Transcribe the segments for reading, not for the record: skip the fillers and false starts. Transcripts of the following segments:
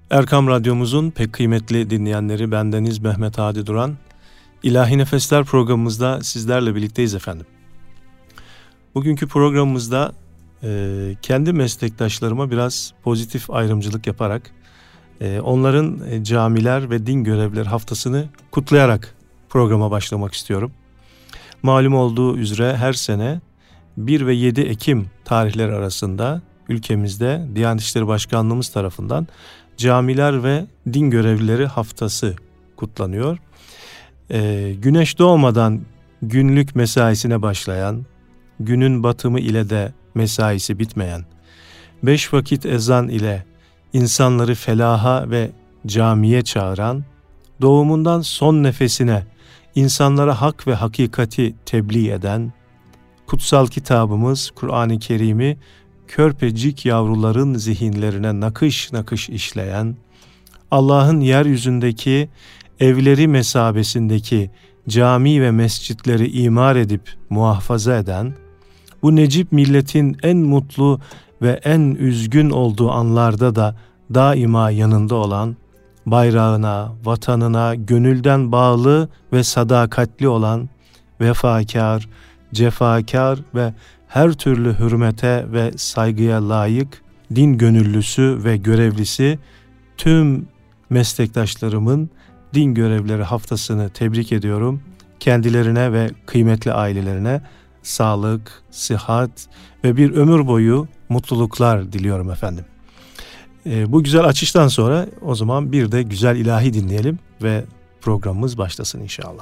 Erkam Radyomuzun pek kıymetli dinleyenleri, bendeniz Mehmet Hadi Duran. İlahi Nefesler programımızda sizlerle birlikteyiz efendim. Bugünkü programımızda kendi meslektaşlarıma biraz pozitif ayrımcılık yaparak onların camiler ve din görevlileri haftasını kutlayarak programa başlamak istiyorum. Malum olduğu üzere her sene 1 ve 7 Ekim tarihleri arasında ülkemizde Diyanet İşleri Başkanlığımız tarafından Camiler ve Din Görevlileri Haftası kutlanıyor. Güneş doğmadan günlük mesaisine başlayan, günün batımı ile de mesaisi bitmeyen, 5 vakit ezan ile insanları felaha ve camiye çağıran, doğumundan son nefesine insanlara hak ve hakikati tebliğ eden, kutsal kitabımız Kur'an-ı Kerim'i körpecik yavruların zihinlerine nakış nakış işleyen, Allah'ın yeryüzündeki evleri mesabesindeki cami ve mescitleri imar edip muhafaza eden, bu necip milletin en mutlu ve en üzgün olduğu anlarda da daima yanında olan, bayrağına, vatanına gönülden bağlı ve sadakatli olan, vefakar, cefakar ve her türlü hürmete ve saygıya layık din gönüllüsü ve görevlisi tüm meslektaşlarımın din görevlileri haftasını tebrik ediyorum. Kendilerine ve kıymetli ailelerine sağlık, sıhhat ve bir ömür boyu mutluluklar diliyorum efendim. Bu güzel açıştan sonra o zaman bir de güzel ilahi dinleyelim ve programımız başlasın inşallah.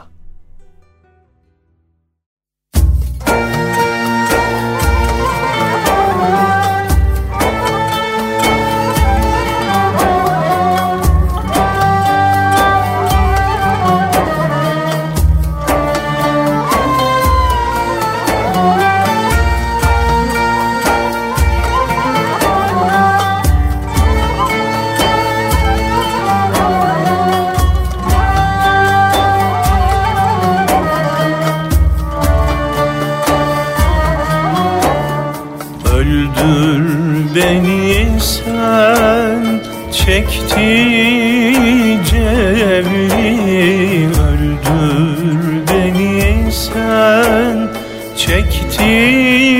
Beni sen çekti cevri, öldür beni sen çekti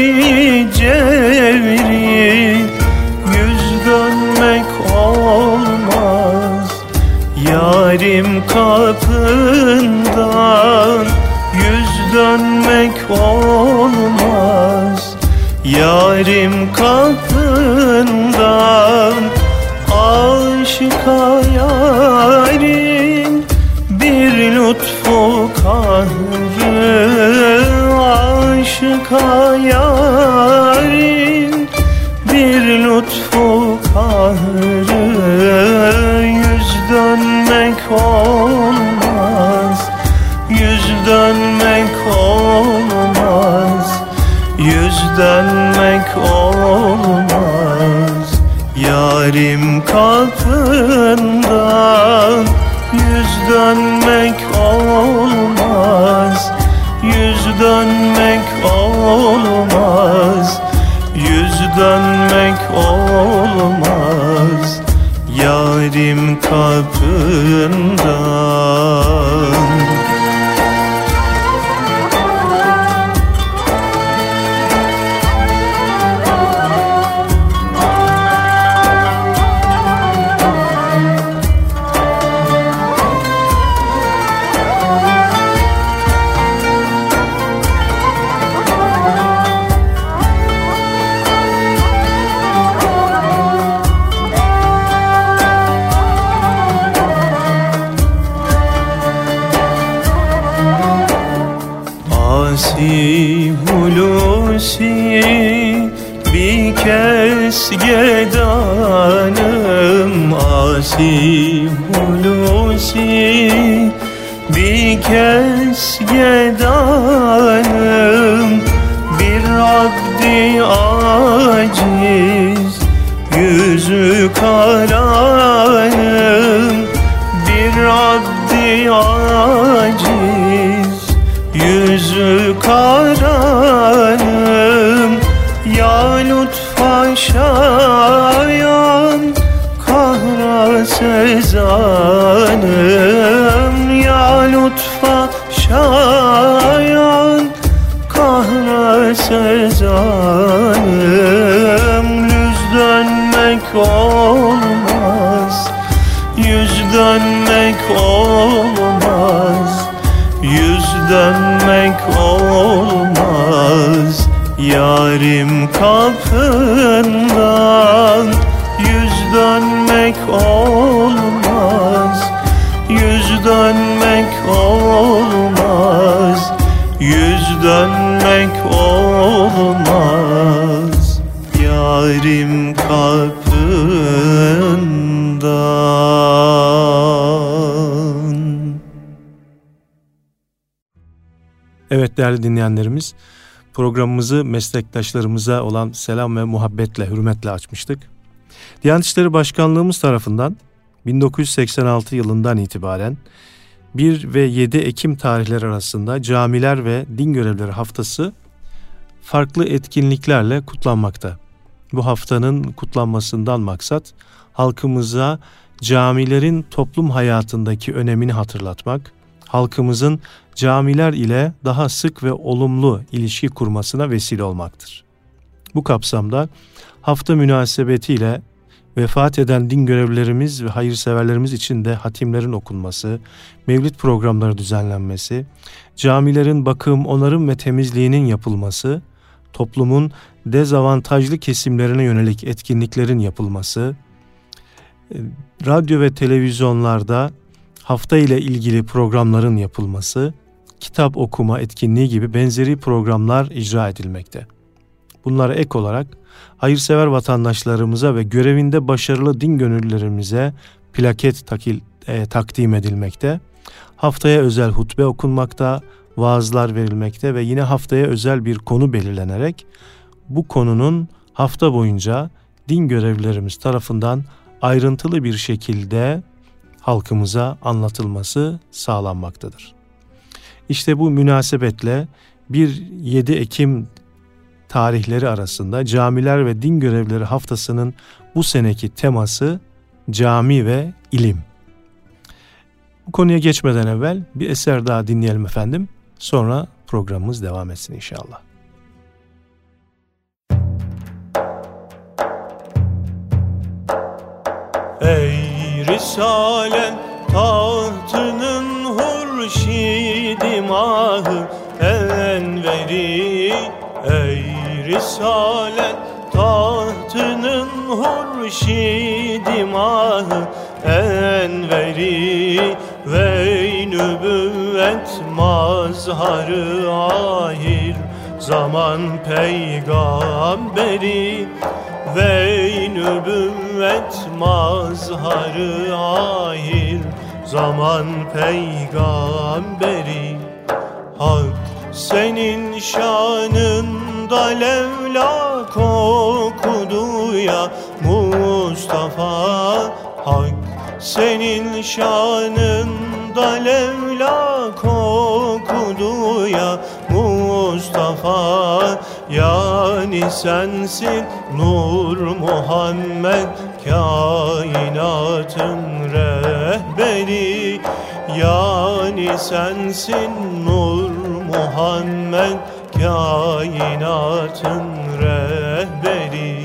cevri. Yüz dönmek olmaz yarim kapından, yüz dönmek olmaz yarim kapından. Aşıka yarim bir lütfu kahrı, aşıka yarim bir lütfu kahrı. Yüz dönmek olmaz, yüz dönmek olmaz, yüz dönmek olmaz yarim kapından. Yüz dönmek olmaz, yüz dönmek olmaz, yüz dönmek olmaz yarim kapından. Asi Hulusi bir kez gedanım, Asi Hulusi bir kez gedanım. Bir abdi aciz yüzü karanım, bir abdi aciz yüzü karanım. Ya lütfa şayan kahraman sezanım, ya lütfa şayan kahra sezanım. Yüz dönmek olmaz, yüz dönmek olmaz, yüz dönmek olmaz. Yarim kapından yüz dönmek olmaz, yüz dönmek olmaz, yüz dönmek olmaz. Yarim kapından. Evet değerli dinleyenlerimiz, programımızı meslektaşlarımıza olan selam ve muhabbetle, hürmetle açmıştık. Diyanet İşleri Başkanlığımız tarafından 1986 yılından itibaren 1 ve 7 Ekim tarihleri arasında Camiler ve Din Görevlileri Haftası farklı etkinliklerle kutlanmakta. Bu haftanın kutlanmasından maksat halkımıza camilerin toplum hayatındaki önemini hatırlatmak, halkımızın camiler ile daha sık ve olumlu ilişki kurmasına vesile olmaktır. Bu kapsamda hafta münasebetiyle vefat eden din görevlilerimiz ve hayırseverlerimiz için de hatimlerin okunması, mevlid programları düzenlenmesi, camilerin bakım, onarım ve temizliğinin yapılması, toplumun dezavantajlı kesimlerine yönelik etkinliklerin yapılması, radyo ve televizyonlarda hafta ile ilgili programların yapılması, kitap okuma etkinliği gibi benzeri programlar icra edilmekte. Bunlara ek olarak hayırsever vatandaşlarımıza ve görevinde başarılı din gönüllülerimize plaket takdim edilmekte, haftaya özel hutbe okunmakta, vaazlar verilmekte ve yine haftaya özel bir konu belirlenerek bu konunun hafta boyunca din görevlilerimiz tarafından ayrıntılı bir şekilde halkımıza anlatılması sağlanmaktadır. İşte bu münasebetle 1-7 Ekim tarihleri arasında Camiler ve Din Görevlileri Haftası'nın bu seneki teması cami ve ilim. Bu konuya geçmeden evvel bir eser daha dinleyelim efendim. Sonra programımız devam etsin inşallah. Ey Risalen tahtının hurşidi mahı enveri, ey Risalen tahtının hurşidi mahı enveri, ve nübüvvet mazharı ahir zaman peygamberi, ve nübüvvet mazharı ahir zaman peygamberi. Hak senin şanında levlak okudu ya Mustafa, Hak senin şanında levlak okudu ya Mustafa. Yani sensin Nur Muhammed kainatın rehberi, yani sensin Nur Muhammed kainatın rehberi.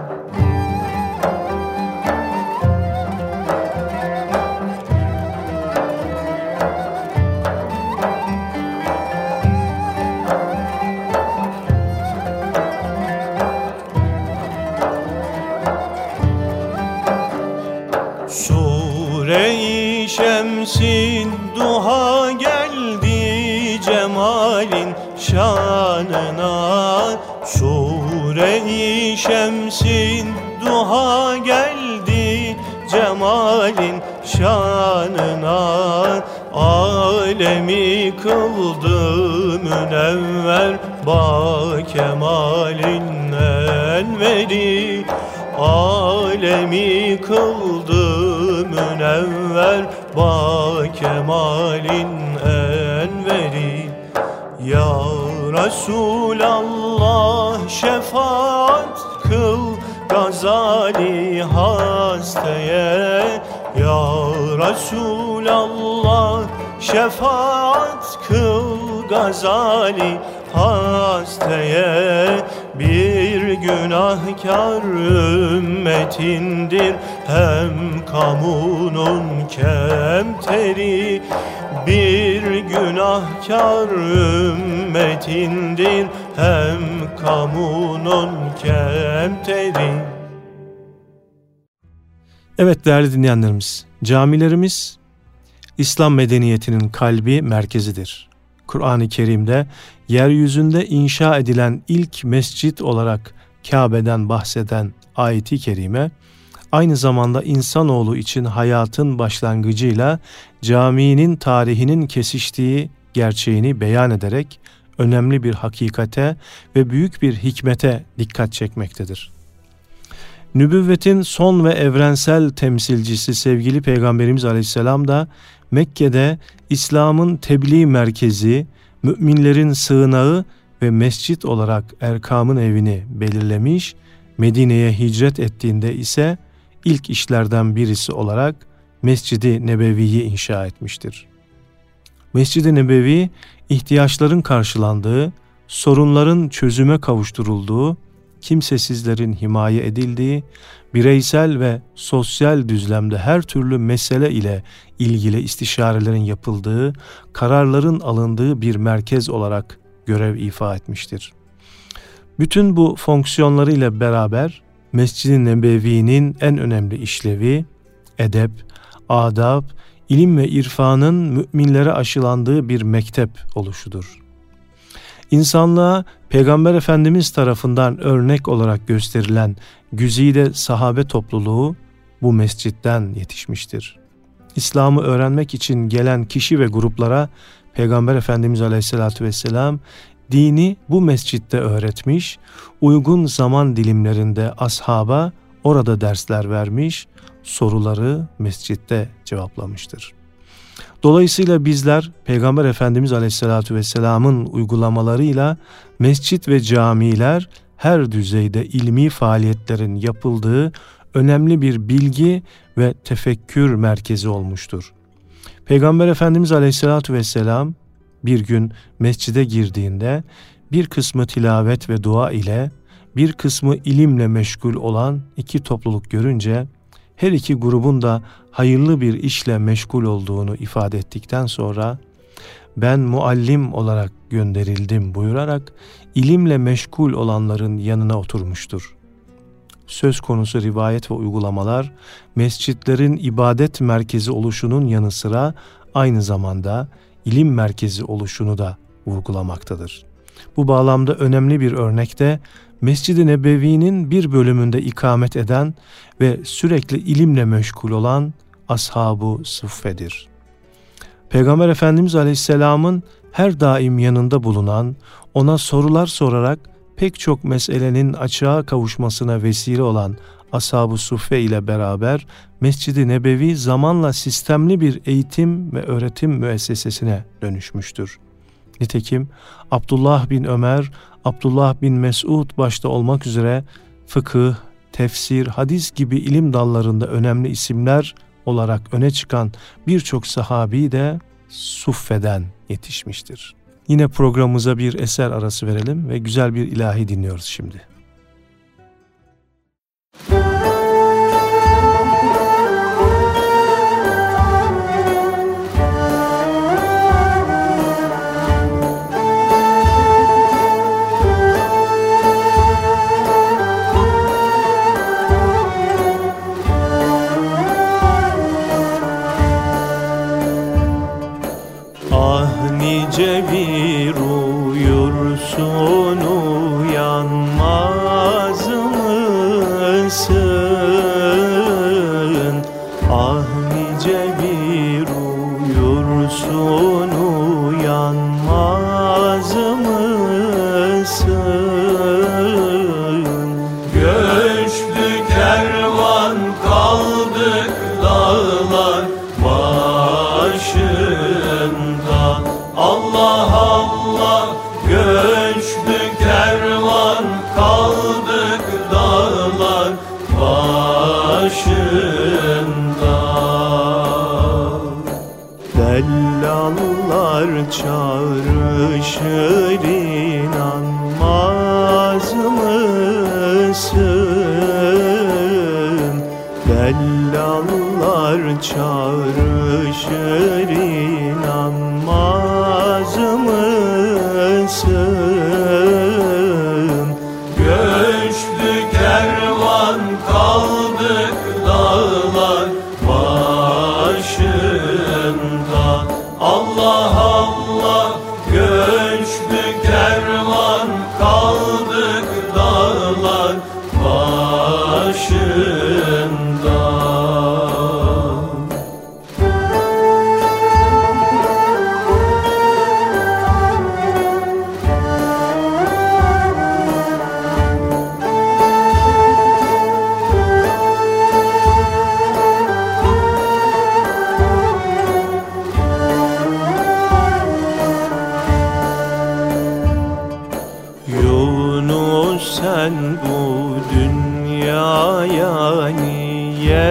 Sure-i Şems'in duha geldi cemalin şanına, Sure-i Şems'in duha geldi cemalin şanına. Alemi kıldı münevver ba kemalin enveri, alemi kıldı münevver ba kemalin enveri. Ya Resulallah şefaat kıl gazali hasteye. Ya Resulallah şefaat kıl gazali hasteye. Bir günahkar ümmetindir hem kamunun kemteri. Bir günahkar ümmetindir hem kamunun kemteri. Evet değerli dinleyenlerimiz, camilerimiz İslam medeniyetinin kalbi, merkezidir. Kur'an-ı Kerim'de yeryüzünde inşa edilen ilk mescit olarak Kabe'den bahseden ayet-i kerime, aynı zamanda insanoğlu için hayatın başlangıcıyla caminin tarihinin kesiştiği gerçeğini beyan ederek önemli bir hakikate ve büyük bir hikmete dikkat çekmektedir. Nübüvvetin son ve evrensel temsilcisi sevgili Peygamberimiz Aleyhisselam da Mekke'de İslam'ın tebliğ merkezi, müminlerin sığınağı ve mescit olarak Erkam'ın evini belirlemiş, Medine'ye hicret ettiğinde ise ilk işlerden birisi olarak Mescid-i Nebevi'yi inşa etmiştir. Mescid-i Nebevi, ihtiyaçların karşılandığı, sorunların çözüme kavuşturulduğu, kimsesizlerin himaye edildiği, bireysel ve sosyal düzlemde her türlü mesele ile ilgili istişarelerin yapıldığı, kararların alındığı bir merkez olarak görev ifa etmiştir. Bütün bu fonksiyonlarıyla beraber Mescid-i Nebevi'nin en önemli işlevi, edep, adab, ilim ve irfanın müminlere aşılandığı bir mektep oluşudur. İnsanlığa Peygamber Efendimiz tarafından örnek olarak gösterilen güzide sahabe topluluğu bu mescitten yetişmiştir. İslam'ı öğrenmek için gelen kişi ve gruplara Peygamber Efendimiz Aleyhisselatü Vesselam dini bu mescitte öğretmiş, uygun zaman dilimlerinde ashaba orada dersler vermiş, soruları mescitte cevaplamıştır. Dolayısıyla bizler Peygamber Efendimiz Aleyhisselatü Vesselam'ın uygulamalarıyla mescit ve camiler her düzeyde ilmi faaliyetlerin yapıldığı önemli bir bilgi ve tefekkür merkezi olmuştur. Peygamber Efendimiz Aleyhisselatü Vesselam bir gün mescide girdiğinde bir kısmı tilavet ve dua ile, bir kısmı ilimle meşgul olan iki topluluk görünce her iki grubun da hayırlı bir işle meşgul olduğunu ifade ettikten sonra ben muallim olarak gönderildim buyurarak ilimle meşgul olanların yanına oturmuştur. Söz konusu rivayet ve uygulamalar mescitlerin ibadet merkezi oluşunun yanı sıra aynı zamanda ilim merkezi oluşunu da vurgulamaktadır. Bu bağlamda önemli bir örnek de Mescid-i Nebevi'nin bir bölümünde ikamet eden ve sürekli ilimle meşgul olan Ashab-ı Suffe'dir. Peygamber Efendimiz Aleyhisselam'ın her daim yanında bulunan, ona sorular sorarak pek çok meselenin açığa kavuşmasına vesile olan Ashab-ı Suffe ile beraber Mescid-i Nebevi zamanla sistemli bir eğitim ve öğretim müessesesine dönüşmüştür. Nitekim Abdullah bin Ömer, Abdullah bin Mesud başta olmak üzere fıkıh, tefsir, hadis gibi ilim dallarında önemli isimler olarak öne çıkan birçok sahabi de Suffe'den yetişmiştir. Yine programımıza bir eser arası verelim ve güzel bir ilahi dinliyoruz şimdi. Nice bir uyursun uyanmaz mısın? Ah nice bir uyursun uyanmaz mısın? Göçtü kervan kaldık dağlar başında. Allah Allah göçtü kervan kaldık dağlar Dellallar çağrışır inanmaz mısın? Dellallar çağrışır inanmaz mısın? Göçtü kervan kaldık dağlar başında. Allah Allah, göçtü kervan kaldık dağlar başında. Sen bu dünyaya niye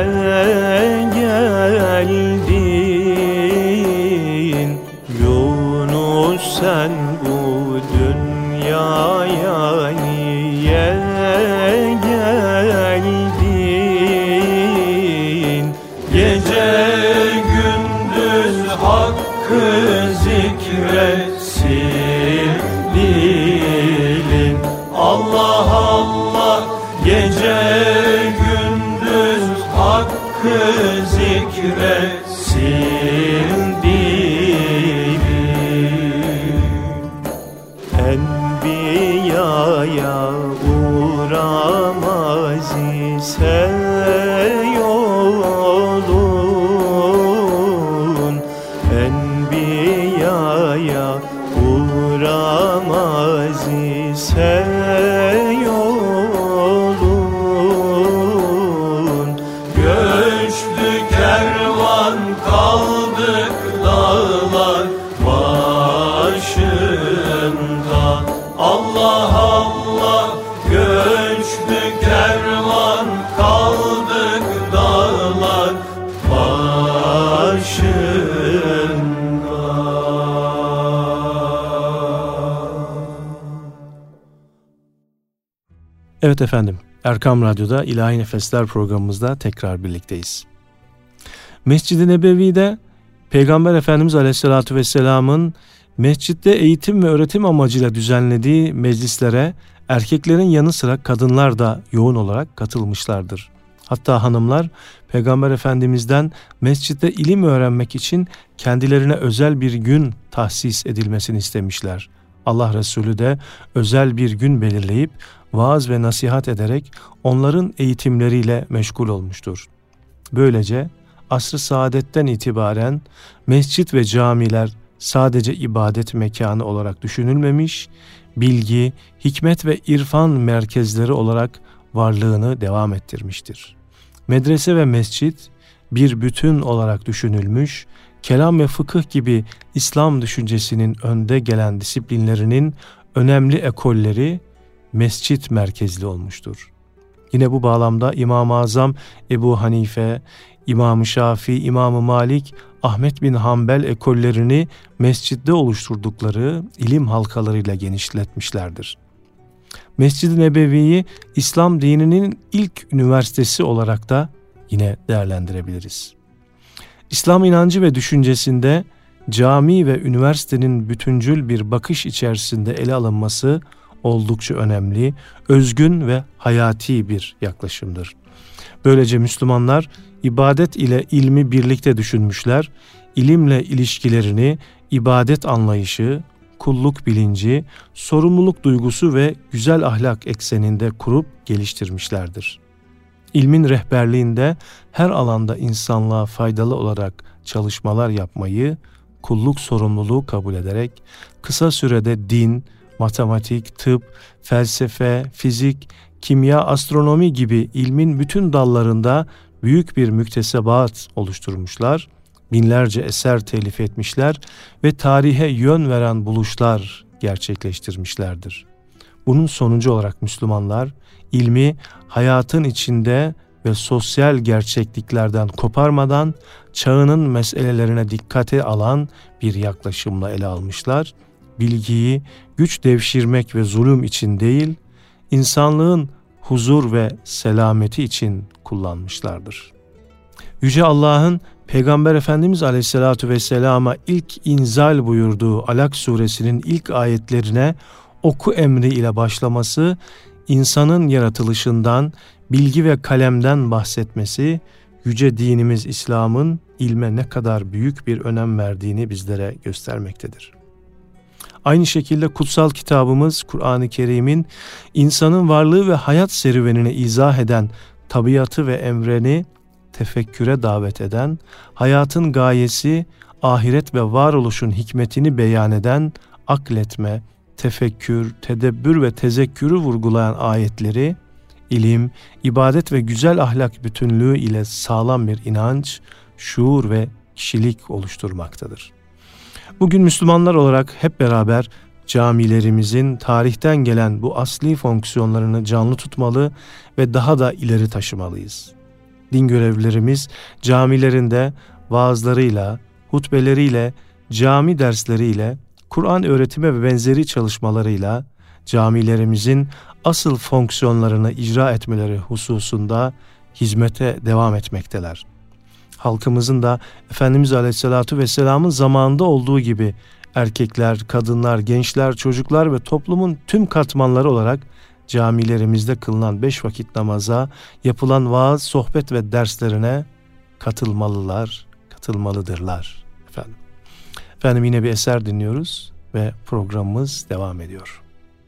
geldin? Yunus, sen bu dünyaya niye geldin? Gece gündüz hakkı zikretsin dilin. Allah Allah, gece gündüz hakkı zikretsin dilin. Enbiyaya uğramaz ise yolun, Enbiyaya uğramaz ise yolun. Göçtü kervan kaldık dağlar başında. Allah Allah, göçtü kervan kaldık dağlar başında. Evet efendim, Erkam Radyo'da İlahi Nefesler programımızda tekrar birlikteyiz. Mescid-i Nebevi'de Peygamber Efendimiz Aleyhisselatü Vesselam'ın mescitte eğitim ve öğretim amacıyla düzenlediği meclislere erkeklerin yanı sıra kadınlar da yoğun olarak katılmışlardır. Hatta hanımlar Peygamber Efendimiz'den mescitte ilim öğrenmek için kendilerine özel bir gün tahsis edilmesini istemişler. Allah Resulü de özel bir gün belirleyip vaaz ve nasihat ederek onların eğitimleriyle meşgul olmuştur. Böylece asr-ı saadetten itibaren mescit ve camiler sadece ibadet mekanı olarak düşünülmemiş, bilgi, hikmet ve irfan merkezleri olarak varlığını devam ettirmiştir. Medrese ve mescit bir bütün olarak düşünülmüş, kelam ve fıkıh gibi İslam düşüncesinin önde gelen disiplinlerinin önemli ekolleri mescit merkezli olmuştur. Yine bu bağlamda İmam-ı Azam Ebu Hanife, İmam-ı Şafii, İmam-ı Malik, Ahmet bin Hanbel ekollerini mescitte oluşturdukları ilim halkalarıyla genişletmişlerdir. Mescid-i Nebevi'yi İslam dininin ilk üniversitesi olarak da yine değerlendirebiliriz. İslam inancı ve düşüncesinde cami ve üniversitenin bütüncül bir bakış içerisinde ele alınması oldukça önemli, özgün ve hayati bir yaklaşımdır. Böylece Müslümanlar ibadet ile ilmi birlikte düşünmüşler, ilimle ilişkilerini ibadet anlayışı, kulluk bilinci, sorumluluk duygusu ve güzel ahlak ekseninde kurup geliştirmişlerdir. İlmin rehberliğinde her alanda insanlığa faydalı olarak çalışmalar yapmayı, kulluk sorumluluğu kabul ederek kısa sürede din, matematik, tıp, felsefe, fizik, kimya, astronomi gibi ilmin bütün dallarında büyük bir müktesebat oluşturmuşlar, binlerce eser telif etmişler ve tarihe yön veren buluşlar gerçekleştirmişlerdir. Bunun sonucu olarak Müslümanlar ilmi hayatın içinde ve sosyal gerçekliklerden koparmadan çağının meselelerine dikkate alan bir yaklaşımla ele almışlar. Bilgiyi güç devşirmek ve zulüm için değil, insanlığın huzur ve selameti için kullanmışlardır. Yüce Allah'ın Peygamber Efendimiz Aleyhisselatü Vesselam'a ilk inzal buyurduğu Alak suresinin ilk ayetlerine oku emri ile başlaması, insanın yaratılışından, bilgi ve kalemden bahsetmesi, yüce dinimiz İslam'ın ilme ne kadar büyük bir önem verdiğini bizlere göstermektedir. Aynı şekilde kutsal kitabımız Kur'an-ı Kerim'in insanın varlığı ve hayat serüvenini izah eden, tabiatı ve evreni tefekküre davet eden, hayatın gayesi, ahiret ve varoluşun hikmetini beyan eden, akletme, tefekkür, tedebbür ve tezekkürü vurgulayan ayetleri, ilim, ibadet ve güzel ahlak bütünlüğü ile sağlam bir inanç, şuur ve kişilik oluşturmaktadır. Bugün Müslümanlar olarak hep beraber camilerimizin tarihten gelen bu asli fonksiyonlarını canlı tutmalı ve daha da ileri taşımalıyız. Din görevlilerimiz camilerinde vaazlarıyla, hutbeleriyle, cami dersleriyle, Kur'an öğretimi ve benzeri çalışmalarıyla camilerimizin asıl fonksiyonlarını icra etmeleri hususunda hizmete devam etmekteler. Halkımızın da Efendimiz Aleyhisselatü Vesselam'ın zamanında olduğu gibi erkekler, kadınlar, gençler, çocuklar ve toplumun tüm katmanları olarak camilerimizde kılınan 5 vakit namaza, yapılan vaaz, sohbet ve derslerine katılmalıdırlar efendim. Efendim yine bir eser dinliyoruz ve programımız devam ediyor.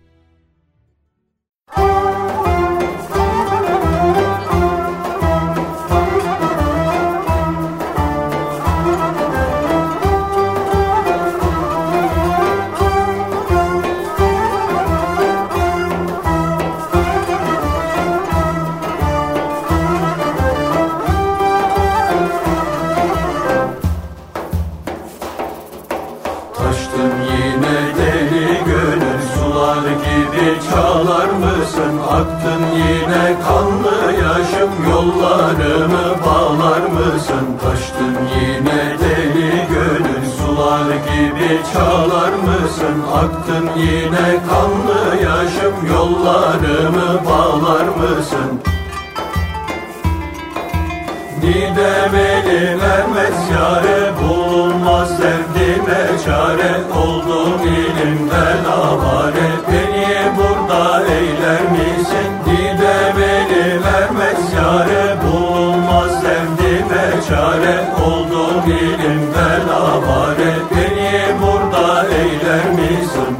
Çalar mısın? Aktın yine kanlı yaşım, yollarımı bağlar mısın? Taştın yine deli gönül, sular gibi çalar mısın? Aktın yine kanlı yaşım, yollarımı bağlar mısın? Didem eli vermez yare, bulunmaz derdime çare. Oldum ilimden avare, beni burada eyler misin? Didem eli vermez yare, bulunmaz derdime çare. Oldum ilimden avare, beni burada eyler misin?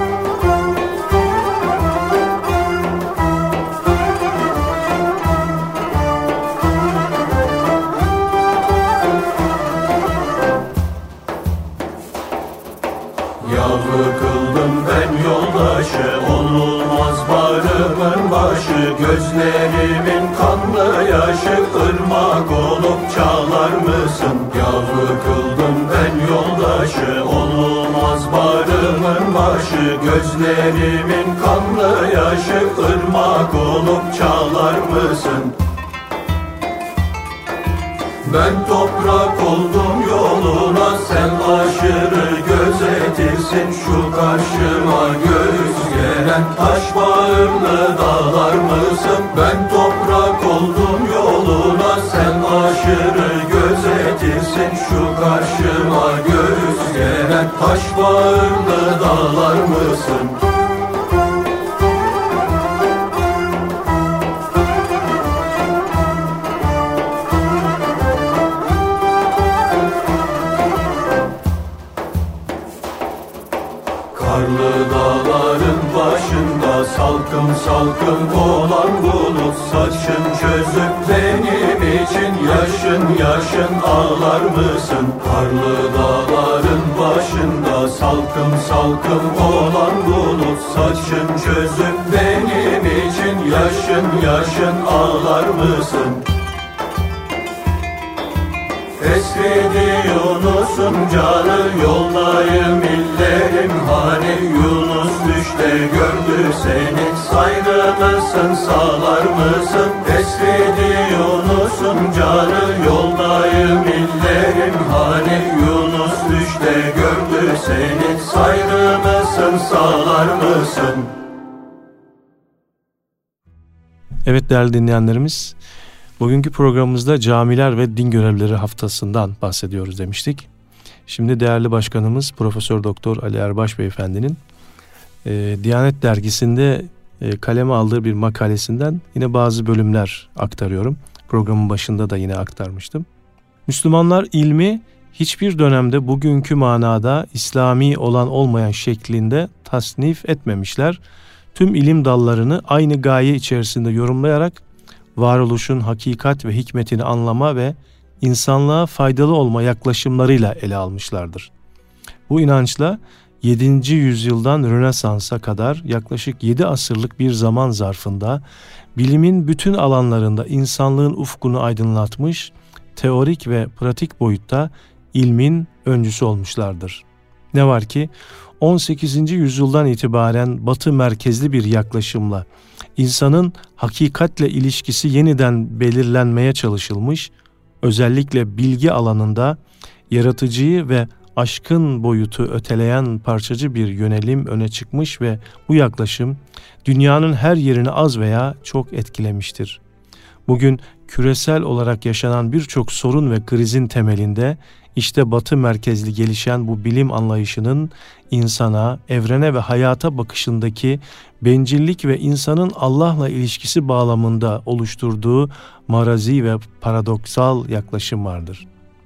Gözlerimin kanlı yaşı, ırmak olup çalar mısın? Yahu kıldım ben yoldaşı, olmaz barımın başı. Gözlerimin kanlı yaşı, ırmak olup çalar mısın? Ben toprak oldum yoluna, sen aşırı gözetirsin. Şu karşıma göğüs gelen taş bağırlı dağlar mısın? Ben toprak oldum yoluna, sen aşırı gözetirsin. Şu karşıma göğüs gelen taş bağırlı dağlar mısın? Salkım salkım olan bulut, saçın çözüp benim için yaşın ağlar mısın? Karlı dağların başında salkım salkım olan bulut, saçın çözüp benim için yaşın ağlar mısın? Esridi Yunus'un canı, yoldayım illerim hani. Yunus düşte gördü seni, saygı mısın, sağlar mısın? Esridi Yunus'un canı, yoldayım illerim hani. Yunus düşte gördü seni, saygı mısın, sağlar mısın? Evet değerli dinleyenlerimiz, bugünkü programımızda camiler ve din görevlileri haftasından bahsediyoruz demiştik. Şimdi değerli başkanımız Profesör Doktor Ali Erbaş Beyefendinin Diyanet Dergisi'nde kaleme aldığı bir makalesinden yine bazı bölümler aktarıyorum. Programın başında da yine aktarmıştım. Müslümanlar ilmi hiçbir dönemde bugünkü manada İslami olan olmayan şeklinde tasnif etmemişler. Tüm ilim dallarını aynı gaye içerisinde yorumlayarak varoluşun hakikat ve hikmetini anlama ve insanlığa faydalı olma yaklaşımlarıyla ele almışlardır. Bu inançla 7. yüzyıldan Rönesans'a kadar yaklaşık 7 asırlık bir zaman zarfında bilimin bütün alanlarında insanlığın ufkunu aydınlatmış, teorik ve pratik boyutta ilmin öncüsü olmuşlardır. Ne var ki 18. yüzyıldan itibaren batı merkezli bir yaklaşımla insanın hakikatle ilişkisi yeniden belirlenmeye çalışılmış, özellikle bilgi alanında yaratıcıyı ve aşkın boyutu öteleyen parçacı bir yönelim öne çıkmış ve bu yaklaşım dünyanın her yerini az veya çok etkilemiştir. Bugün küresel olarak yaşanan birçok sorun ve krizin temelinde işte batı merkezli gelişen bu bilim anlayışının insana, evrene ve hayata bakışındaki bencillik ve insanın Allah'la ilişkisi bağlamında oluşturduğu marazi ve paradoksal yaklaşım vardır.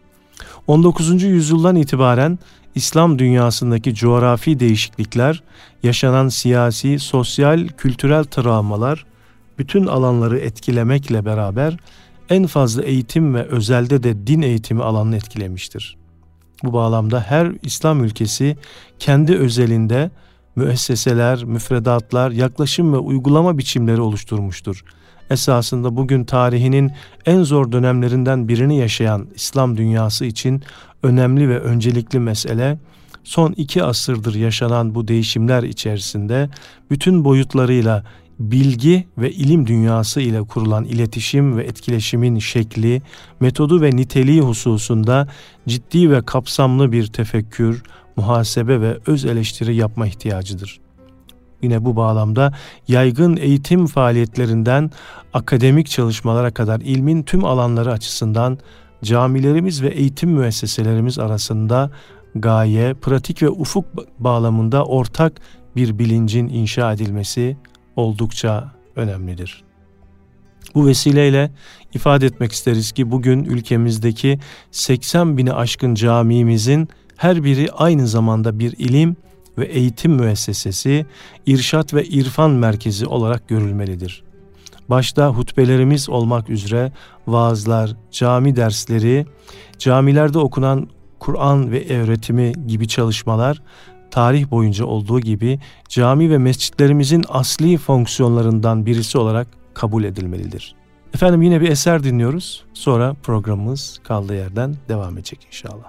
19. yüzyıldan itibaren İslam dünyasındaki coğrafi değişiklikler, yaşanan siyasi, sosyal, kültürel travmalar bütün alanları etkilemekle beraber en fazla eğitim ve özelde de din eğitimi alanını etkilemiştir. Bu bağlamda her İslam ülkesi kendi özelinde müesseseler, müfredatlar, yaklaşım ve uygulama biçimleri oluşturmuştur. Esasında bugün tarihinin en zor dönemlerinden birini yaşayan İslam dünyası için önemli ve öncelikli mesele, son 2 asırdır yaşanan bu değişimler içerisinde bütün boyutlarıyla bilgi ve ilim dünyası ile kurulan iletişim ve etkileşimin şekli, metodu ve niteliği hususunda ciddi ve kapsamlı bir tefekkür, muhasebe ve öz eleştiri yapma ihtiyacıdır. Yine bu bağlamda yaygın eğitim faaliyetlerinden akademik çalışmalara kadar ilmin tüm alanları açısından camilerimiz ve eğitim müesseselerimiz arasında gaye, pratik ve ufuk bağlamında ortak bir bilincin inşa edilmesi oldukça önemlidir. Bu vesileyle ifade etmek isteriz ki bugün ülkemizdeki 80 bini aşkın camimizin her biri aynı zamanda bir ilim ve eğitim müessesesi, irşat ve irfan merkezi olarak görülmelidir. Başta hutbelerimiz olmak üzere vaazlar, cami dersleri, camilerde okunan Kur'an ve öğretimi gibi çalışmalar, tarih boyunca olduğu gibi cami ve mescitlerimizin asli fonksiyonlarından birisi olarak kabul edilmelidir. Efendim yine bir eser dinliyoruz. Sonra programımız kaldığı yerden devam edecek inşallah.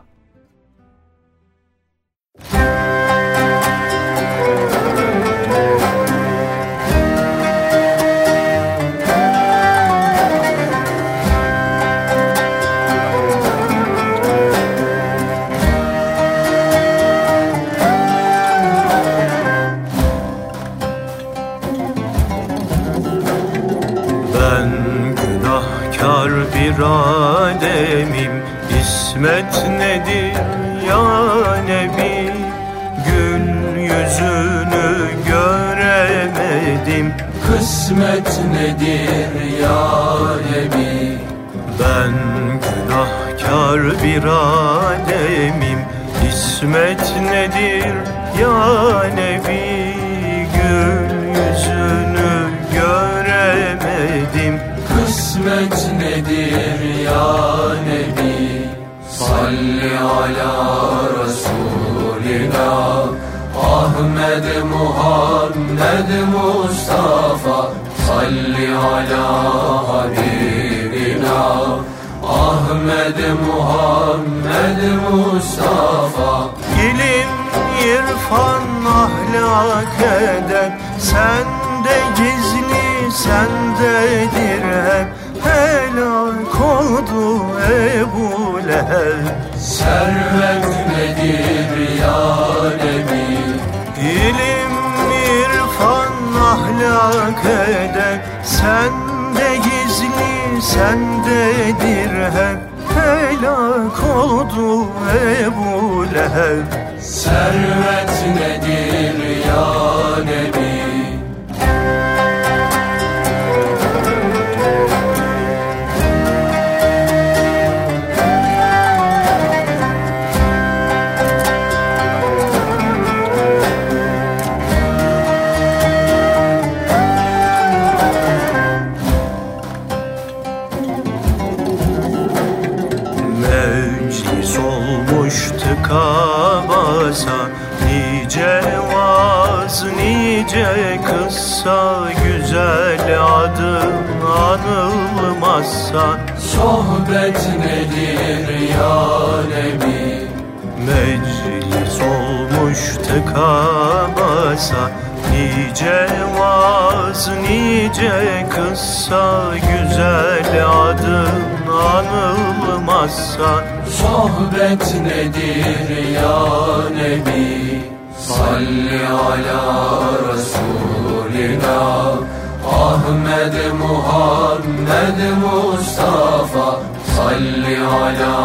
Bir ademim, İsmet nedir ya Nebi? Gül yüzünü göremedim, kısmet nedir ya Nebi? Ben günahkar bir ademim, İsmet nedir ya Nebi? Gül yüzünü göremedim, kısmet nedir ya Nebi? Salli ala Resulina Ahmed Muhammed Mustafa. Salli ala Habibina Ahmed Ahmed Muhammed Mustafa. İlim, irfan, ahlak, edep sende gizli, sendedir hep. Helak oldu Ebu Leheb. Servet nedir ya Nebi? İlim, irfan, ahlak, edep sende gizli, sendedir hep. Helak oldu Ebu Leheb. Servet nedir ya Nebi? Tıka basa nice vaaz, nice kıssa, güzel adın anılmazsa. Sohbet nedir ya Nebi? Meclis olmuş tıka basa nice vaaz, nice kıssa, güzel adın anılmazsa. Sohbet nedir ya Nebi? Salli ala Resulina Ahmed Muhammed Mustafa. Salli ala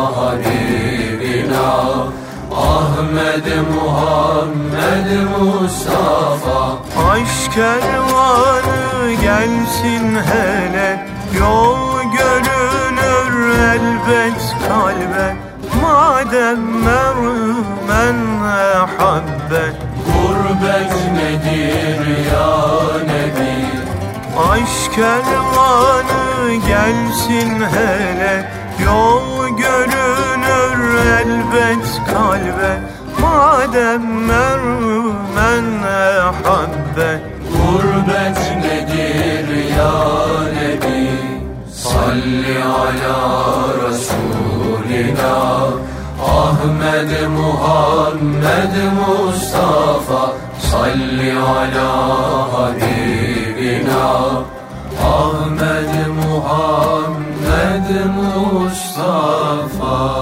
Habibina Ahmed Muhammed Mustafa. Aşk kervanı gelsin hele, yol görünür elbet kalbe. Madem mermen ehabbe. Gurbet nedir ya Nebi? Aşk kervanı gelsin hele, yol görünür elbet kalbe. Madem mermen ehabbe. Gurbet nedir ya Nebi? Salli ala Resulina Ahmed Muhammed Mustafa. Salli ala Habibina Ahmed Muhammed Mustafa.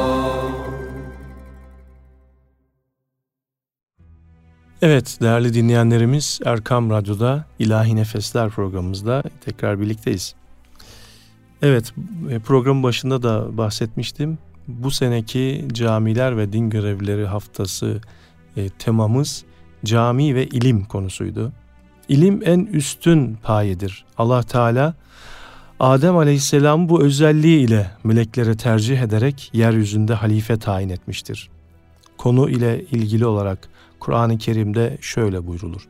Evet değerli dinleyenlerimiz, Erkam Radyo'da İlahi Nefesler programımızda tekrar birlikteyiz. Evet, programın başında da bahsetmiştim. Bu seneki Camiler ve Din Görevlileri Haftası temamız cami ve ilim konusuydu. İlim en üstün payedir. Allah Teala Adem Aleyhisselam bu özelliği ile meleklere tercih ederek yeryüzünde halife tayin etmiştir. Konu ile ilgili olarak Kur'an-ı Kerim'de şöyle buyrulur.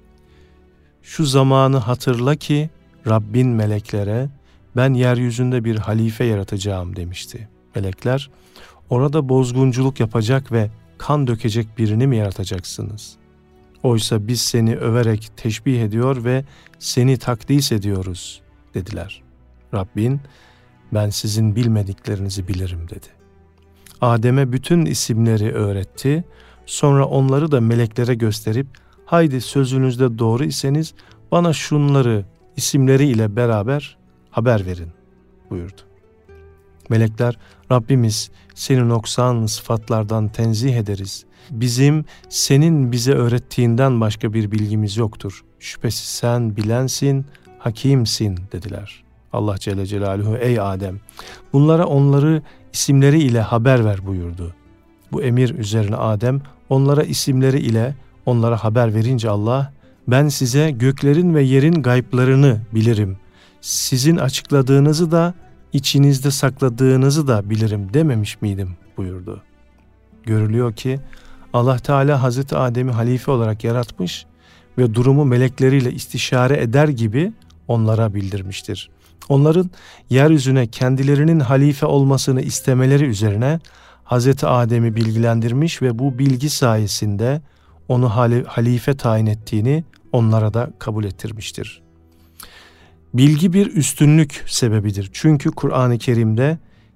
Şu zamanı hatırla ki Rabbin meleklere ben yeryüzünde bir halife yaratacağım demişti. Melekler, orada bozgunculuk yapacak ve kan dökecek birini mi yaratacaksınız? Oysa biz seni överek teşbih ediyor ve seni takdis ediyoruz dediler. Rabbin, ben sizin bilmediklerinizi bilirim dedi. Adem'e bütün isimleri öğretti, sonra onları da meleklere gösterip, haydi sözünüzde doğru iseniz bana şunları isimleriyle beraber haber verin buyurdu. Melekler, Rabbimiz seni noksan sıfatlardan tenzih ederiz. Bizim senin bize öğrettiğinden başka bir bilgimiz yoktur. Şüphesiz sen bilensin, hakimsin dediler. Allah Celle Celaluhu, ey Adem, bunlara onları isimleri ile haber ver buyurdu. Bu emir üzerine Adem onlara isimleri ile onlara haber verince Allah, ben size göklerin ve yerin gayblarını bilirim. Sizin açıkladığınızı da içinizde sakladığınızı da bilirim dememiş miydim buyurdu. Görülüyor ki Allah Teala Hazreti Adem'i halife olarak yaratmış ve durumu melekleriyle istişare eder gibi onlara bildirmiştir. Onların yeryüzüne kendilerinin halife olmasını istemeleri üzerine Hazreti Adem'i bilgilendirmiş ve bu bilgi sayesinde onu halife tayin ettiğini onlara da kabul ettirmiştir. Bilgi bir üstünlük sebebidir. Çünkü Kur'an-ı Kerim'de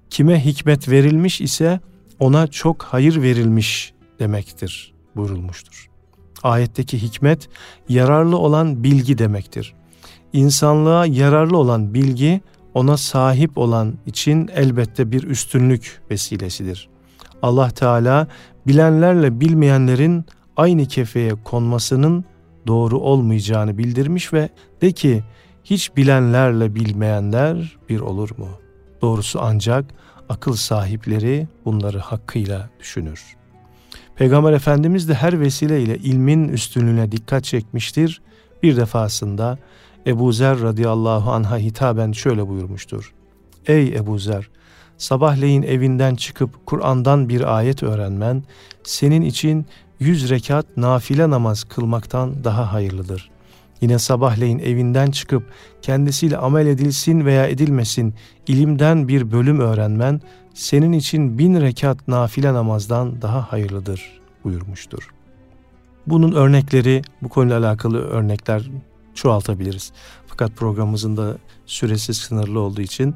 Kime hikmet verilmiş ise ona çok hayır verilmiş demektir buyurulmuştur. Ayetteki hikmet yararlı olan bilgi demektir. İnsanlığa yararlı olan bilgi ona sahip olan için elbette bir üstünlük vesilesidir. Allah Teala bilenlerle bilmeyenlerin aynı kefeye konmasının doğru olmayacağını bildirmiş ve de ki hiç bilenlerle bilmeyenler bir olur mu? Doğrusu ancak akıl sahipleri bunları hakkıyla düşünür. Peygamber Efendimiz de her vesileyle ilmin üstünlüğüne dikkat çekmiştir. Bir defasında Ebu Zer radıyallahu anh'a hitaben şöyle buyurmuştur. Ey Ebu Zer! Sabahleyin evinden çıkıp Kur'an'dan bir ayet öğrenmen senin için 100 rekat nafile namaz kılmaktan daha hayırlıdır. Yine sabahleyin evinden çıkıp kendisiyle amel edilsin veya edilmesin ilimden bir bölüm öğrenmen senin için 1000 rekat nafile namazdan daha hayırlıdır buyurmuştur. Bunun örnekleri, bu konuyla alakalı örnekler çoğaltabiliriz. Fakat programımızın da süresi sınırlı olduğu için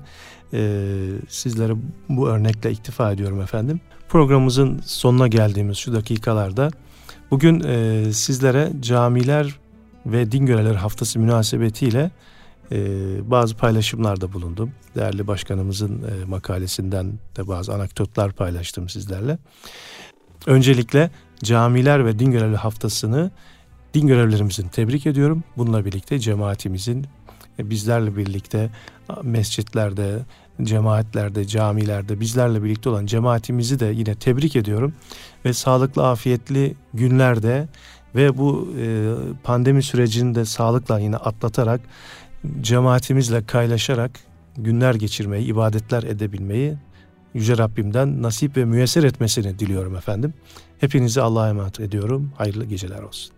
sizlere bu örnekle iktifa ediyorum efendim. Programımızın sonuna geldiğimiz şu dakikalarda bugün sizlere camiler ve din görevlileri haftası münasebetiyle bazı paylaşımlarda bulundum. Değerli başkanımızın makalesinden de bazı anekdotlar paylaştım sizlerle. Öncelikle camiler ve din görevlileri haftasını din görevlilerimizin tebrik ediyorum. Bununla birlikte cemaatimizin bizlerle birlikte mescitlerde, cemaatlerde, camilerde bizlerle birlikte olan cemaatimizi de yine tebrik ediyorum. Ve sağlıklı, afiyetli günlerde ve bu pandemi sürecini de sağlıkla yine atlatarak cemaatimizle kaynaşarak günler geçirmeyi, ibadetler edebilmeyi Yüce Rabbimden nasip ve müyesser etmesini diliyorum efendim. Hepinizi Allah'a emanet ediyorum. Hayırlı geceler olsun.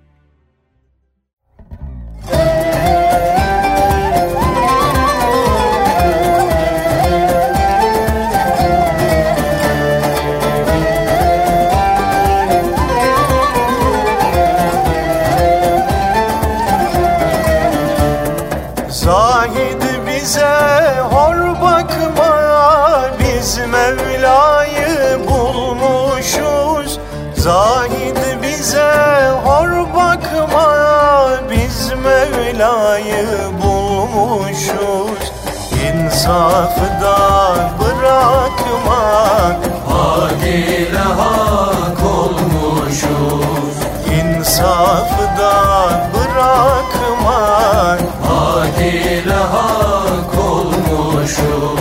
Zahid bize hor bakma, biz Mevla'yı bulmuşuz. Zahid bize hor bakma, biz Mevla'yı bulmuşuz. İnsafı da bırakma, hak ile hak olmuşuz. İnsafı da bırakma, hak ile hak olmuşuz.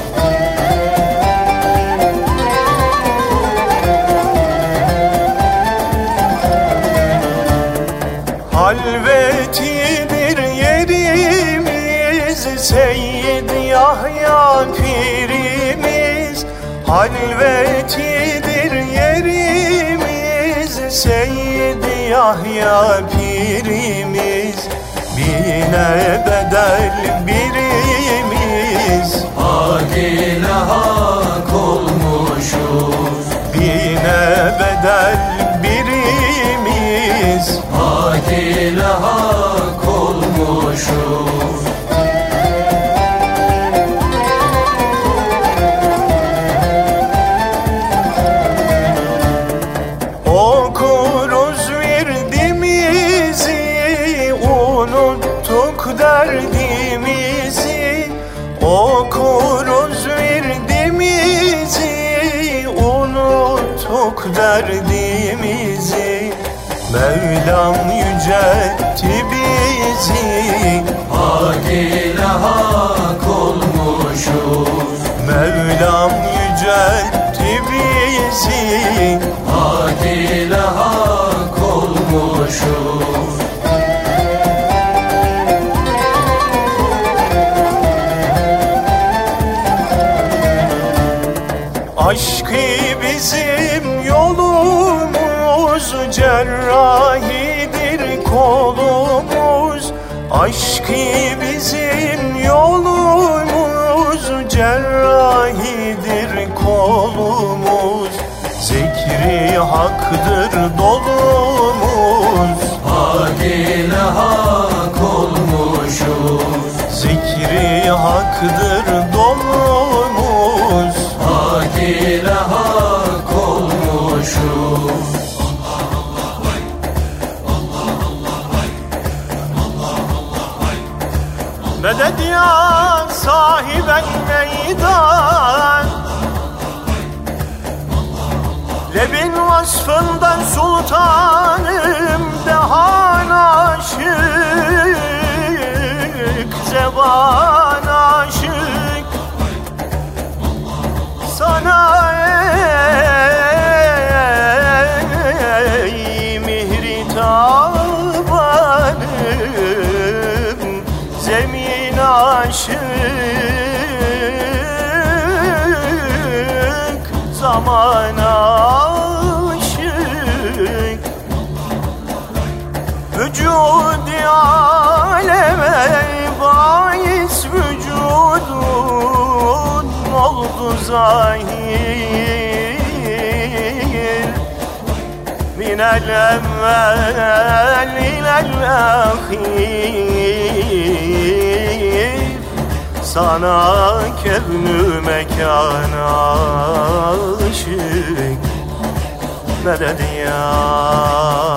halvetidir yerimiz, Seyyid Yahya pirimiz. Halvetidir yerimiz, Seyyid Yahya pirimiz. Bine bedel birimiz, hak ile hak olmuşuz. Bine bedel birimiz, hak ile hak olmuşuz. Okuruz virdimizi, unuttuk derdimizi. Okuruz virdimizi, unuttuk derdimizi. Mevlam yüceltti bizi, hak ile hak olmuşuz. Mevlam yüceltti bizi, hak ile hak olmuşuz. aşkı bizim yolumuz, cerrahidir kolumuz. Aşkı bizim yolumuz, cerrahidir kolumuz. Zikri haktır dolumuz, hak ile hak olmuşuz. Zikri haktır dolumuz, sahiben meydan. Lebin vasfından sultanım dehan aşık, zeban aşık. Sana ey mihri tabanım, zemin aşık, zaman aşık. Vücud-i aleme bahis vücudun oldu zahir. Minel evvel ilel ahir. Sana kevnü mekan aşık. Medet ya